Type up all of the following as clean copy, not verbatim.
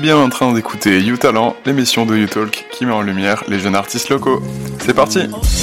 bien en train d'écouter You Talent, l'émission de You Talk qui met en lumière les jeunes artistes locaux. C'est parti!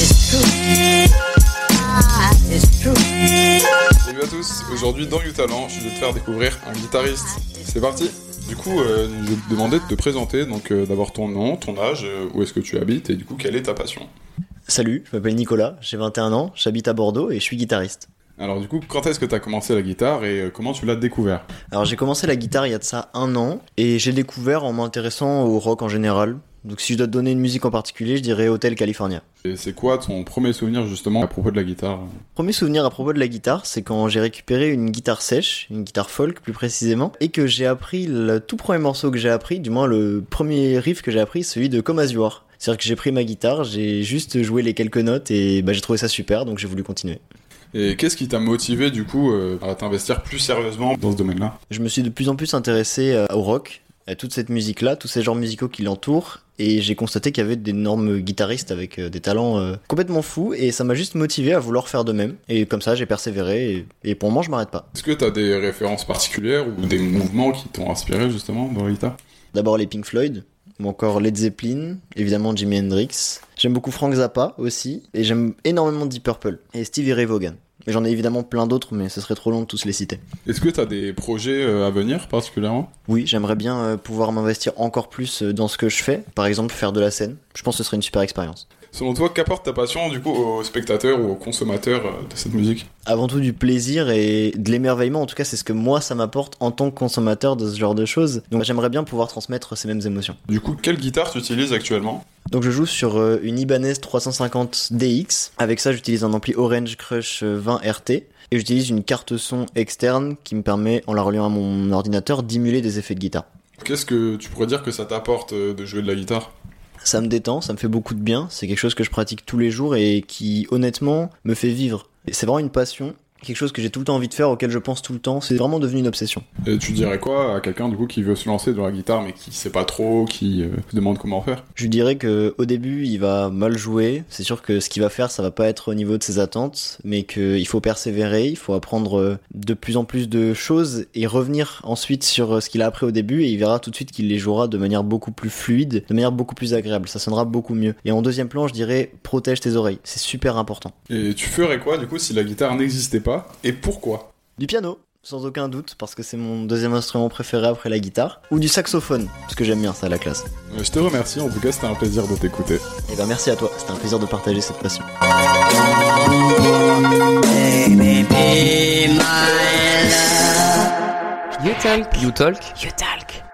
Salut à tous, aujourd'hui dans You Talent, je vais te faire découvrir un guitariste. C'est parti! Du coup, je vais te demander de te présenter, donc d'abord ton nom, ton âge, où est-ce que tu habites et du coup quelle est ta passion? Salut, je m'appelle Nicolas, j'ai 21 ans, j'habite à Bordeaux et je suis guitariste. Alors du coup, quand est-ce que tu as commencé la guitare et comment tu l'as découvert? Alors j'ai commencé la guitare il y a de ça 1 an et j'ai découvert en m'intéressant au rock en général. Donc si je dois te donner une musique en particulier, je dirais Hotel California. Et c'est quoi ton premier souvenir justement à propos de la guitare? Premier souvenir à propos de la guitare, c'est quand j'ai récupéré une guitare sèche, une guitare folk plus précisément, et que j'ai appris le tout premier morceau que j'ai appris, du moins le premier riff que j'ai appris, celui de Come As You Are. C'est-à-dire que j'ai pris ma guitare, j'ai juste joué les quelques notes et j'ai trouvé ça super, donc j'ai voulu continuer. Et qu'est-ce qui t'a motivé du coup à t'investir plus sérieusement dans ce domaine-là? Je me suis de plus en plus intéressé au rock, à toute cette musique-là, tous ces genres musicaux qui l'entourent, et j'ai constaté qu'il y avait d'énormes guitaristes avec des talents complètement fous, et ça m'a juste motivé à vouloir faire de même. Et comme ça, j'ai persévéré, et pour le moment, je m'arrête pas. Est-ce que t'as des références particulières ou des mouvements qui t'ont inspiré justement dans la guitare? D'abord les Pink Floyd, ou encore Led Zeppelin, évidemment Jimi Hendrix. J'aime beaucoup Frank Zappa aussi, et j'aime énormément Deep Purple, et Stevie Ray Vaughan. Mais j'en ai évidemment plein d'autres, mais ce serait trop long de tous les citer. Est-ce que t'as des projets à venir particulièrement? Oui, j'aimerais bien pouvoir m'investir encore plus dans ce que je fais. Par exemple, faire de la scène. Je pense que ce serait une super expérience. Selon toi, qu'apporte ta passion du coup aux spectateurs ou aux consommateurs de cette musique? Avant tout du plaisir et de l'émerveillement, en tout cas c'est ce que moi ça m'apporte en tant que consommateur de ce genre de choses. Donc j'aimerais bien pouvoir transmettre ces mêmes émotions. Du coup, quelle guitare tu utilises actuellement? Donc je joue sur une Ibanez 350 DX. Avec ça j'utilise un ampli Orange Crush 20 RT. Et j'utilise une carte son externe qui me permet, en la reliant à mon ordinateur, d'émuler des effets de guitare. Qu'est-ce que tu pourrais dire que ça t'apporte de jouer de la guitare? Ça me détend, ça me fait beaucoup de bien, c'est quelque chose que je pratique tous les jours et qui honnêtement me fait vivre. Et c'est vraiment une passion, quelque chose que j'ai tout le temps envie de faire, auquel je pense tout le temps, c'est vraiment devenu une obsession. Et tu dirais quoi à quelqu'un du coup qui veut se lancer dans la guitare mais qui sait pas trop, qui se demande comment faire? Je lui dirais que au début il va mal jouer, c'est sûr que ce qu'il va faire ça va pas être au niveau de ses attentes, mais qu'il faut persévérer, il faut apprendre de plus en plus de choses et revenir ensuite sur ce qu'il a appris au début et il verra tout de suite qu'il les jouera de manière beaucoup plus fluide, de manière beaucoup plus agréable, ça sonnera beaucoup mieux. Et en deuxième plan je dirais protège tes oreilles, c'est super important. Et tu ferais quoi du coup si la guitare n'existait pas? Et pourquoi? Du piano, sans aucun doute, parce que c'est mon deuxième instrument préféré après la guitare. Ou du saxophone, parce que j'aime bien ça à la classe. Je te remercie, en tout cas c'était un plaisir de t'écouter. Et ben merci à toi, c'était un plaisir de partager cette passion. You Talk. You Talk. You Talk.